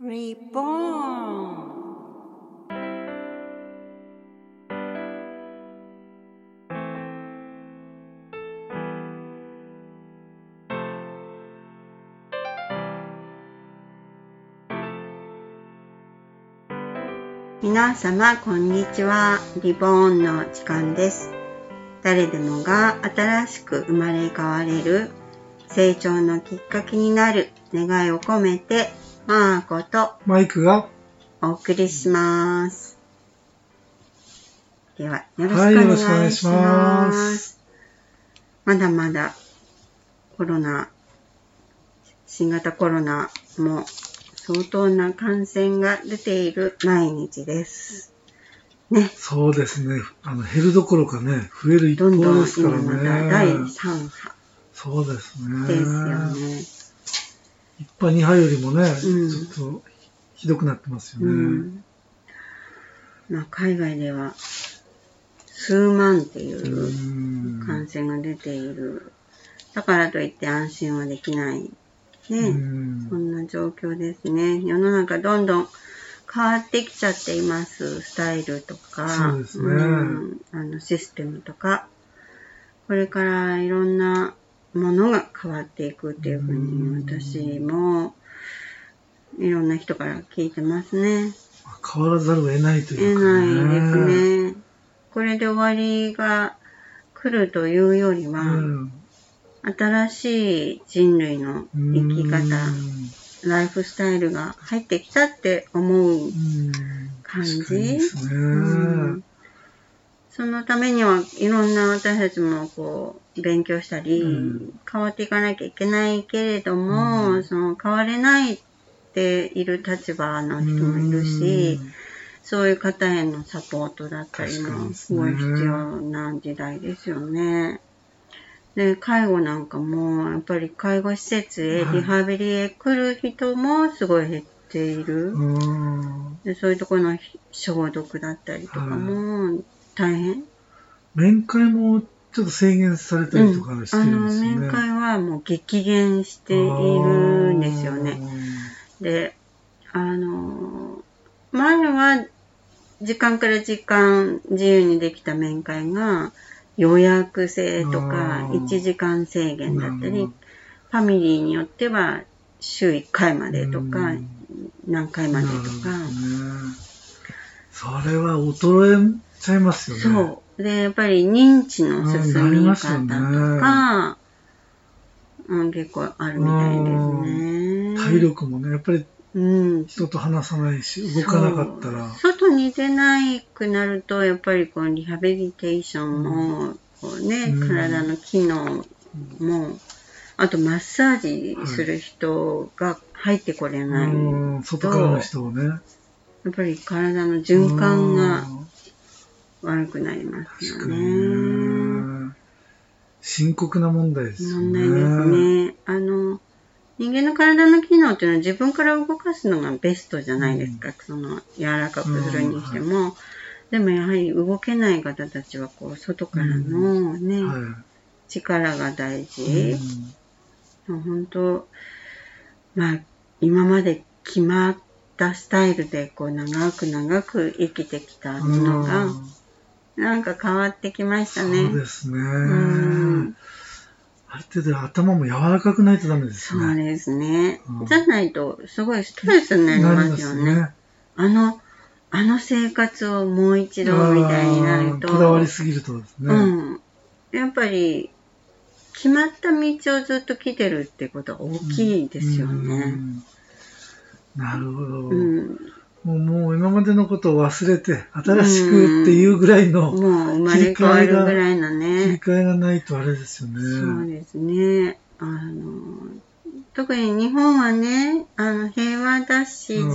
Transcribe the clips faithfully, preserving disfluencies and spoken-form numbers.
Reborn。皆様こんにちは。リボーンの時間です。誰でもが新しく生まれ変われる成長のきっかけになる願いを込めてマーコとマイクがお送りします。ではよろしくおはい、よろ願しくお願いしいしま。 ますす。 まだまだコロナ、新型コロナも相当な感染が出ている毎日です。ね。 そうですね。あの減るどころかね、増える一方どんどんですから今まただいね。 さん波そうですね。 ですよね。 一波二波よりもね、 うんちょっとひどくなってますよね。 うんまあ、海外では数万っていううん感染が出ている。だからといって安心はできない。ね。 うんそんな状況ですね。世の中どんどん変わってきちゃっています。スタイルとか、 そうですねうんあのシステムとか。これからいろんなものが変わっていくっていうふうに私もいろんな人から聞いてますね。 変わらざるを得ないという得かね。 ないですね。これで終わりが来るというよりは、 うん新しい人類の生き方、 うんライフスタイルが入ってきたって思ううん感じ。 確かにですね。 うんそのためにはいろんな私たちもこう勉強したり、 うん変わっていかなきゃいけないけれども、 うんその変われないっている立場の人もいるし、 うんそういう方へのサポートだったり確かにもですねすごい必要な時代ですよね。で、介護なんかも、やっぱり介護施設へ、 はいリハビリへ来る人もすごい減っている。 うんでそういうところの消毒だったりとかも大変。 面会もちょっと制限されたりとかしてあの、 るんですよね。 面会はもう激減しているんですよね。で、あの、前は時間から時間自由にできた面会が予約制とかあーいちじかん制限だったり、 なるほどファミリーによっては週いっかいまでとかうん何回までとか、 なるほどね。それは衰えちゃいますよね。 そう。で、やっぱり認知の進うんなりみますよ方とねか、うん、結構あるみたいですね。 体力もね、やっぱりうん。 人と話さないし、動かなかったら。 そう外に出なくなると、やっぱりこうリハビリテーションも、こうね、 うん体の機能も、あとマッサージする人が入ってこれないうん外と、 からの人をね。 やっぱり体の循環がうん悪くなりますよ確かにね。 ね。深刻な問題ですよね。 問題ですね。あの、人間の体の機能っていうのは自分から動かすのがベストじゃないですか。うん、その柔らかくするにしても。うんはい、でもやはり動けない方たちはこう外からのね、うんはい、力が大事。うん、本当、まあ今まで決まったスタイルでこう長く長く生きてきたものが、うんなんか変わってきましたね。 そうですね。 うんある程度頭も柔らかくないとダメですね。 そうですね。うん、じゃないとすごいストレスになりますよね。ねあの、あの生活をもう一度みたいになると。 こだわりすぎるとですね。 うん。やっぱり決まった道をずっと来てるってことは大きいですよね。うんうん、 なるほど。 うんもう、もう今までのことを忘れて、新しくっていうぐらいの、 うん、もう生まれ変わるぐらいのね。 切り替えがないとあれですよね。 そうですね。あの、特に日本はね、あの、平和だし、うん、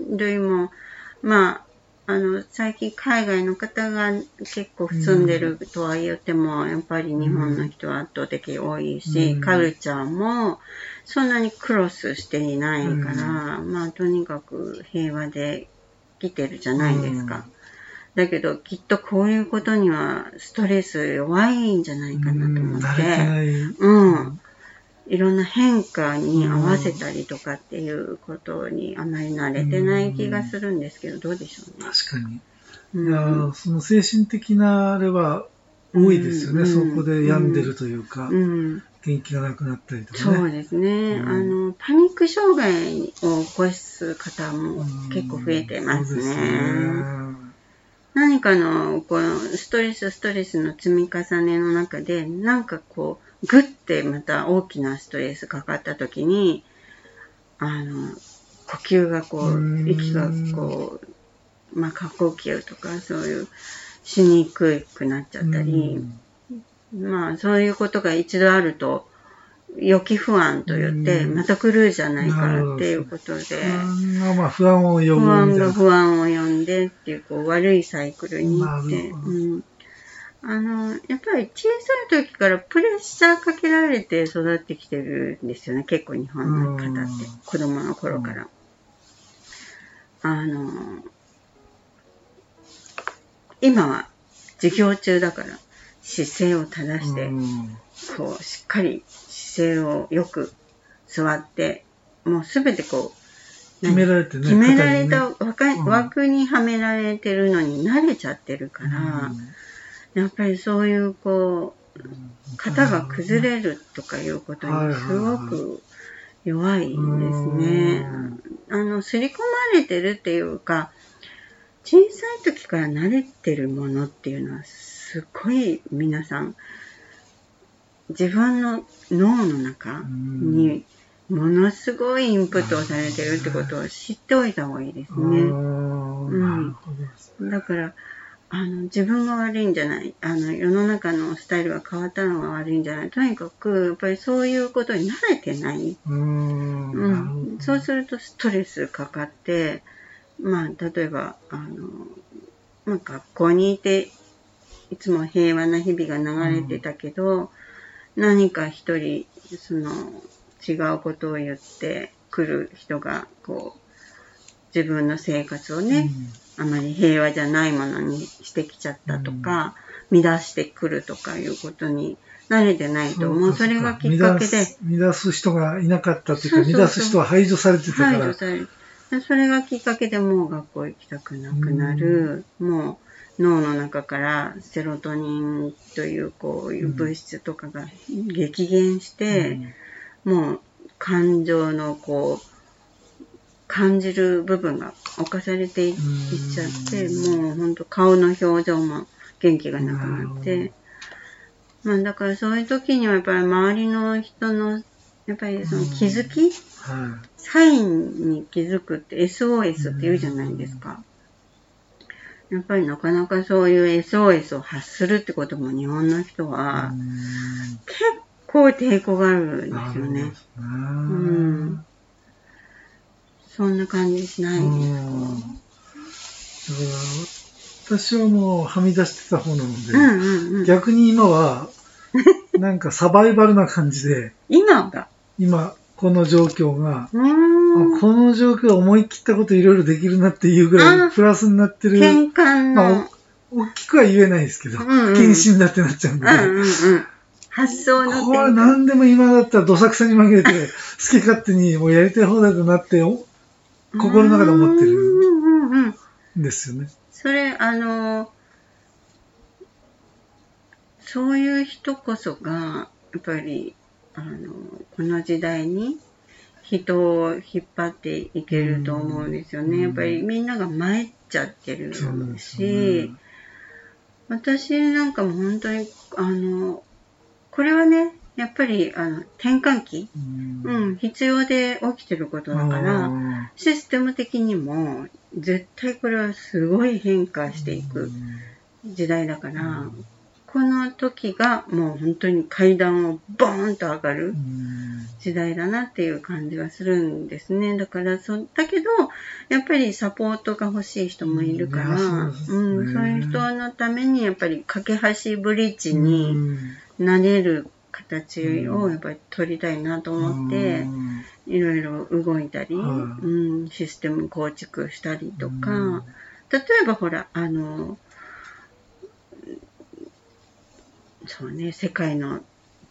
人類も、まあ、あの、最近海外の方が結構住んでるとは言っても、うん、やっぱり日本の人は圧倒的多いし、うん、カルチャーもそんなにクロスしていないから、うん、まあ、とにかく平和で来てるじゃないですか。うん、だけど、きっとこういうことにはストレス弱いんじゃないかなと思って。 うん、慣れてない。 うん。 いろんな変化に合わせたりとかっていうことにあまり慣れてない気がするんですけど、どうでしょうね。 確かに。 うん、 いやその精神的なあれは多いですよね、 うん、 そこで病んでるというか、 うん、 元気がなくなったりとかね。 そうですね、うん、あのパニック障害を起こす方も結構増えてますね。うん、そうですね。何かのこのストレスストレスの積み重ねの中でなんかこうグッてまた大きなストレスかかった時にあの呼吸がこう息がこうまあ過呼吸とかそういうしにくくなっちゃったりまあそういうことが一度あると予期不安と言ってまた来るじゃないかっていうことでまあ不安を呼ぶ不安が不安を呼んでっていうこう悪いサイクルに行って、うん、あのやっぱり小さい時からプレッシャーかけられて育ってきてるんですよね。結構日本の方って子供の頃からあの今は授業中だから姿勢を正してこうしっかり姿勢をよく座ってもうすべてこう決められてね決められた枠にはめられてるのに慣れちゃってるから、やっぱりそういうこう型が崩れるとかいうことにすごく弱いですね。あの刷り込まれてるっていうか小さい時から慣れてるものっていうのはすごい皆さん自分の脳の中にものすごいインプットをされてるってことを知っておいた方がいいですね。うん、だからあの自分が悪いんじゃない、あの世の中のスタイルが変わったのが悪いんじゃない、とにかくやっぱりそういうことに慣れてない。うん、うん、そうするとストレスかかって、まあ例えばあの、まあ、学校にいていつも平和な日々が流れてたけど、うん、何か一人その違うことを言ってくる人がこう自分の生活をね、うん、あまり平和じゃないものにしてきちゃったとか、うん、乱してくるとかいうことに慣れてないと、もうそれがきっかけで乱す人がいなかったというか、そうそうそう乱す人は排除されてたから。 排除される。それがきっかけでもう学校行きたくなくなる。うん、もう脳の中からセロトニンというこういう物質とかが激減して、うん、もう感情のこう感じる部分が侵されていっちゃって、もうほんと顔の表情も元気がなくなって、まあだからそういう時にはやっぱり周りの人のやっぱりその気づき、サインに気づくって エスオーエス って言うじゃないですか。やっぱりなかなかそういう エスオーエス を発するってことも日本の人は結構抵抗があるんですよね。うん、そんな感じしないですか？ だから私はもうはみ出してた方なので、うんうんうん、逆に今はなんかサバイバルな感じで今が今この状況がこの状況は思い切ったこといろいろできるなっていうぐらいプラスになってる。 喧嘩の、まあ、 大きくは言えないですけど、うんうん、不謹慎だってなっちゃうんで、うんうんうん、 発想のこれ何でも今だったらどさくさに紛れて好き勝手にもうやりたい放題となって心の中で思ってるんですよね。 それあのそういう人こそがやっぱりあのこの時代に人を引っ張っていけると思うんですよね。やっぱりみんなが参っちゃってるし、ね、私なんかも本当にあのこれはねやっぱりあの転換期、うんうん、必要で起きてることだからシステム的にも絶対これはすごい変化していく時代だから、この時がもう本当に階段をボーンと上がる時代だなっていう感じがするんですね。だからそだけどやっぱりサポートが欲しい人もいるから、うんうん、そういう人のためにやっぱり架け橋ブリッジになれる形をやっぱり取りたいなと思っていろいろ動いたり、うん、システム構築したりとか、例えばほらあのそうね、世界の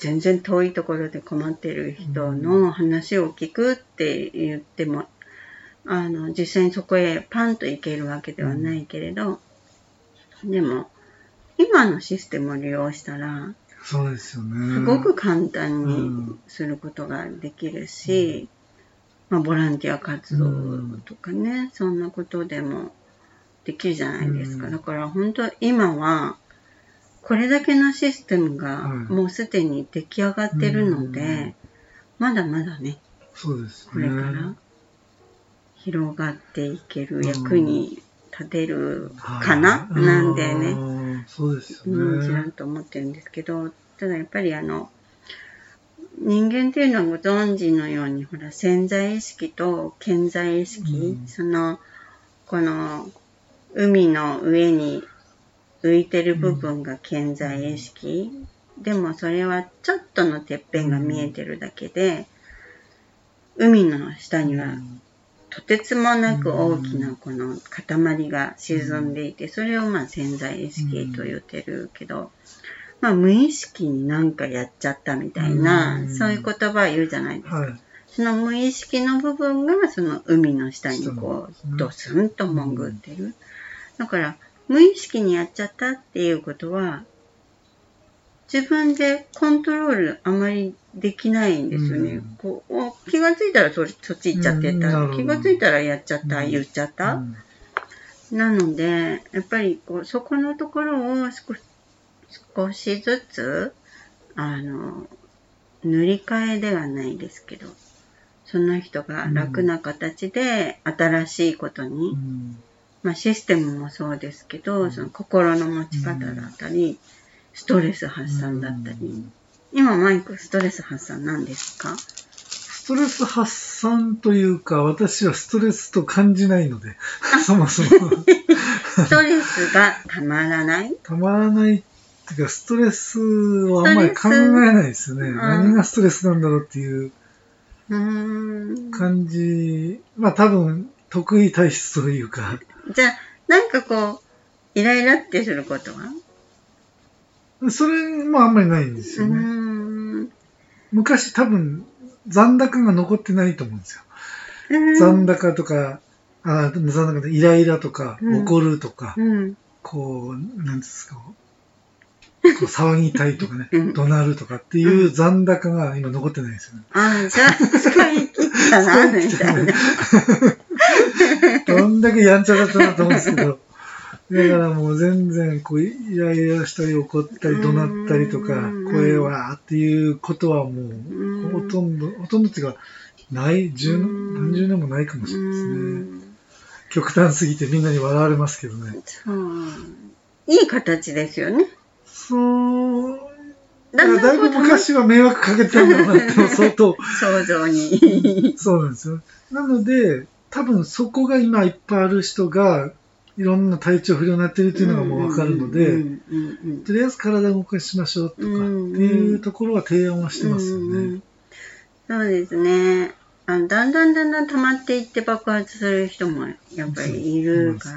全然遠いところで困ってる人の話を聞くって言っても、あの、実際にそこへパンと行けるわけではないけれど、うん、でも、今のシステムを利用したら、 そうですよね。 すごく簡単にすることができるし、うん、まあ、ボランティア活動とかね、うん、そんなことでもできるじゃないですか。うん、だから本当今は、これだけのシステムがもうすでに出来上がってるので、うん、まだまだね、 そうですね、 これから広がっていける、役に立てるかな、うん、なんでね、 そうですよね。 うん、ちらんと思ってるんですけど、ただやっぱりあの、人間っていうのはご存知のように、ほら、潜在意識と顕在意識、うん、その、この、海の上に浮いてる部分が顕在意識、うん、でもそれはちょっとのてっぺんが見えてるだけで、うん、海の下には、とてつもなく大きなこの塊が沈んでいて、それをまあ潜在意識と言ってるけど、まあ無意識になんかやっちゃったみたいな、そういう言葉を言うじゃないですか。はい、その無意識の部分がその海の下にこうドスンと潜ってる。だから無意識にやっちゃったっていうことは、自分でコントロールあまりできないんですよね。うん、こう気がついたら そ, そっち行っちゃってた、うん、気がついたらやっちゃった、うん、言っちゃった、うん、なのでやっぱりこうそこのところを少し少しずつあの塗り替えではないですけど、その人が楽な形で新しいことに、うん、まあシステムもそうですけど、うん、その心の持ち方だったり、うん、ストレス発散だったり、うん、今マイクストレス発散なんですか？ ストレス発散というか、私はストレスと感じないので、そもそもストレスがたまらないたまらないっていうか、ストレスをあんまり考えないですよね。何がストレスなんだろうっていう感じ。まあ多分、得意体質というか。 じゃあ、なんかこう、イライラってすることはそれもあんまりないんですよね。うん昔多分、残高が残ってないと思うんですよ。残高とか、あ残高でイライラとか、うん、怒るとか、うん、こう、なんですか、こう騒ぎたいとかね、うん、怒鳴るとかっていう残高が今残ってないですよね。 ああ、じゃあ、使い切ったな、みたいな。 どんだけやんちゃだったなと思うんですけど、だからもう全然こうイライラしたり怒ったり怒鳴ったりとか声はっていうことはもうほとんどほとんどっていうかない十何十年もないかもしれないですね。極端すぎてみんなに笑われますけどね。 そういい形ですよね。 そうだだいぶ昔は迷惑かけてたんだろうなって相当想像にそうなんですよ。なので多分そこが今いっぱいある人がいろんな体調不良になっているっていうのがもう分かるので、とりあえず体を動かしましょうとかっていうところは提案はしてますよね。うんうん、 そうですね。あのだんだんだんだん溜まっていって爆発する人もやっぱりいるから、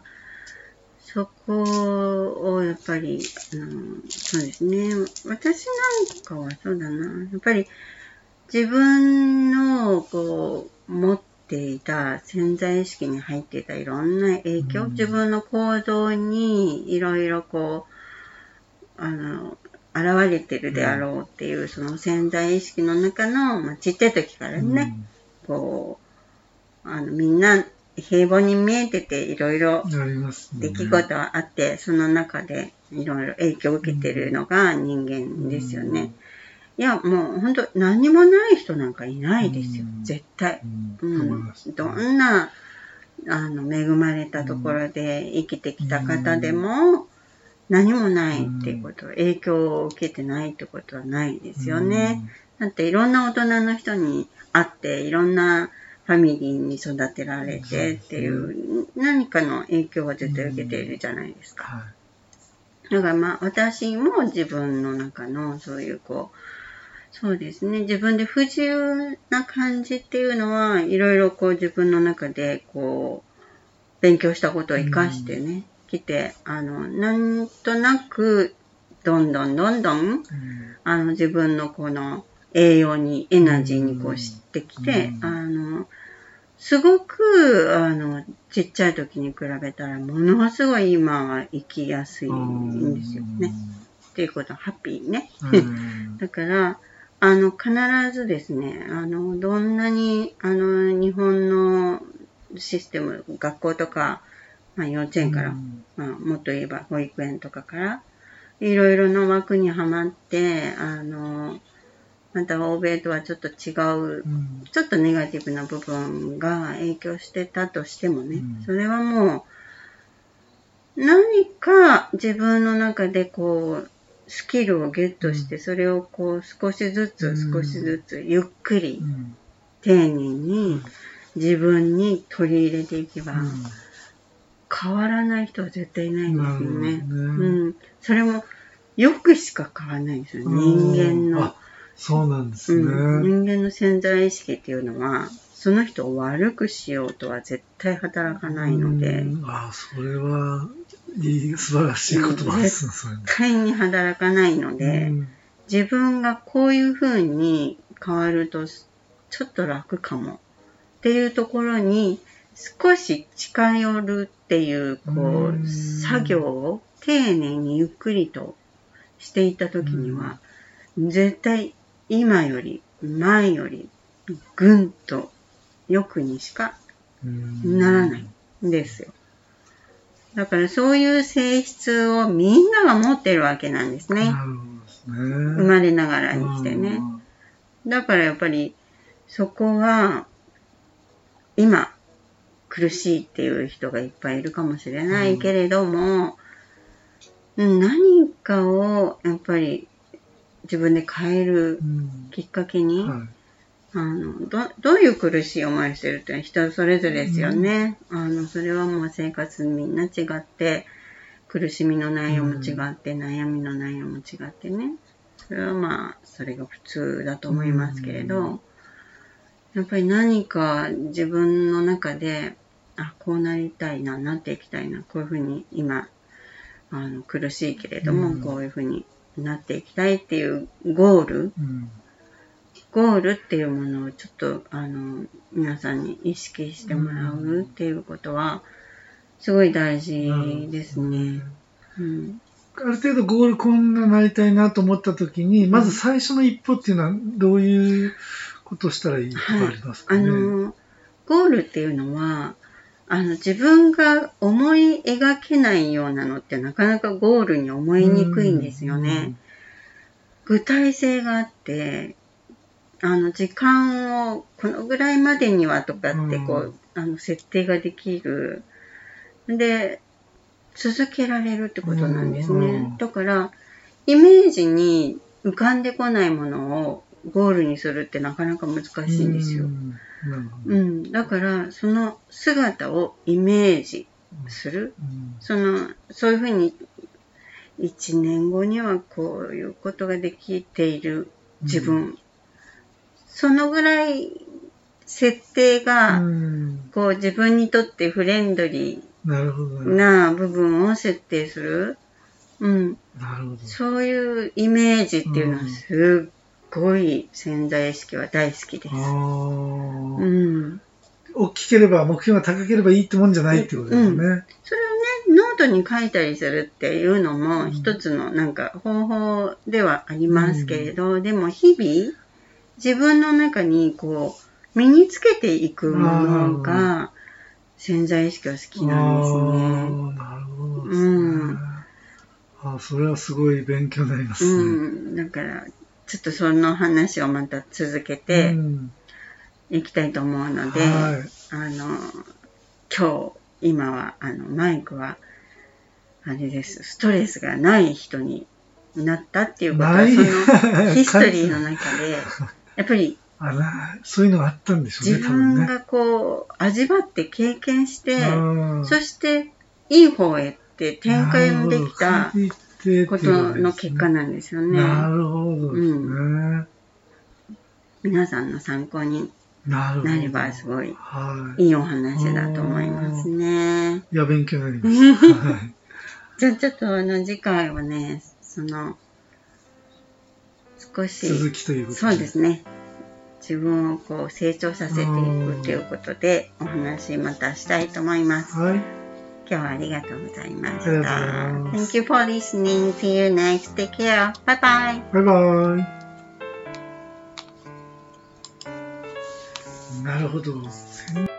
そこをやっぱり、うん、そうですね。私なんかはそうだな。やっぱり自分のこう持っていた潜在意識に入っていたいろんな影響、うん、自分の行動にいろいろこうあの現れてるであろうっていう、うん、その潜在意識の中の、まあ、ちっちゃい時からね、うん、こうあのみんな平凡に見えてていろいろ出来事はあって、ね、その中でいろいろ影響を受けてるのが人間ですよね。いや、もう本当何もない人なんかいないですよ。絶対。うん。どんな、あの、恵まれたところで生きてきた方でも、何もないっていうことは、影響を受けてないってことはないですよね。だっていろんな大人の人に会って、いろんなファミリーに育てられてっていう、何かの影響は絶対受けているじゃないですか。だからまあ、私も自分の中のそういうこう、そうですね。自分で不自由な感じっていうのは、いろいろこう自分の中でこう、勉強したことを活かしてね、来て、あの、なんとなくどんどんどんどん、 うん、 あの自分のこの栄養に、エナジーにこうしてきて、 うん、 あの、すごく、あの、ちっちゃい時に比べたら、ものすごい今は生きやすいんですよね。っていうことは、ハッピーね。だから、あの、必ずですね、あの、どんなに、あの、日本のシステム、学校とか、まあ、幼稚園から、まあ、もっと言えば保育園とかから、いろいろな枠にはまって、あの、また欧米とはちょっと違う、うん、ちょっとネガティブな部分が影響してたとしてもね、うん、それはもう何か自分の中でこうスキルをゲットして、それをこう少しずつ少しずつゆっくり、うん、丁寧に自分に取り入れていけば、うん、変わらない人は絶対いないんですよね。ね、うん、それもよくしか変わらないんですよ、人間の。 そうなんですね、 うん。人間の潜在意識っていうのは、その人を悪くしようとは絶対働かないので。 ああ、それはいい、素晴らしい言葉ですね。 絶対に働かないので、自分がこういう風に変わると、ちょっと楽かもっていうところに少し近寄るっていう、こう、作業を丁寧にゆっくりとしていったときには、絶対今より前よりぐんと欲にしかならないんですよ。だからそういう性質をみんなが持ってるわけなんですね。 なるほどですね。 生まれながらにしてね。だからやっぱりそこは今苦しいっていう人がいっぱいいるかもしれないけれども、何かをやっぱり自分で変えるきっかけに、うんはい、あの ど, どういう苦しい思いをしてるって人それぞれですよね、うん、あのそれはもう生活みんな違って苦しみの内容も違って、うん、悩みの内容も違ってね、それはまあそれが普通だと思いますけれど、うん、やっぱり何か自分の中であこうなりたいななっていきたいなこういうふうに今あの苦しいけれども、うん、こういうふうになっていきたいっていうゴール、うん、ゴールっていうものをちょっとあの皆さんに意識してもらうっていうことはすごい大事ですね。うん、 ある程度ゴールこんななりたいなと思った時に、まず最初の一歩っていうのはどういうことをしたらいいとかありますかね。 はい、あのゴールっていうのはあの自分が思い描けないようなのってなかなかゴールに思いにくいんですよね。具体性があってあの時間をこのぐらいまでにはとかってこうあの設定ができるで続けられるってことなんですね。だからイメージに浮かんでこないものをゴールにするってなかなか難しいんですよ。うん、だからその姿をイメージする、うん、そのそういうふうにいちねんごにはこういうことができている自分、うん、そのぐらい設定がこう自分にとってフレンドリーな部分を設定する、うん、 なるほどそういうイメージっていうのはすっすごい潜在意識は大好きです。あうん、大きければ目標が高ければいいってもんじゃないってことですね、うん、 それをねノートに書いたりするっていうのも一つのなんか方法ではありますけれど、うん、でも日々自分の中にこう身につけていくものが潜在意識は好きなんですね。 なるほどですね、うん、あそれはすごい勉強になりますね、 うん、だからちょっとその話をまた続けていきたいと思うので、うんはい、あの今日今はあのマイクはあれですストレスがない人になったっていうことはそのヒストリーの中でやっぱりあらそういうのがあったんでしょうね。 自分がこう味わって経験してそしていい方へって展開もできたことの結果なんですよね。 なるほどですね、うん、 皆さんの参考になればすごいいいお話だと思いますね。 いや勉強になります。はい、 じゃあちょっとあの次回はねその、少し、 続きということで。 そうですね。自分をこう成長させていくということで、お話またしたいと思います。 はい。 今日はありがとうございました。 ありがとうございます。 Thank you for listening. See you next. Take care. Bye bye. バイバイ。なるほど。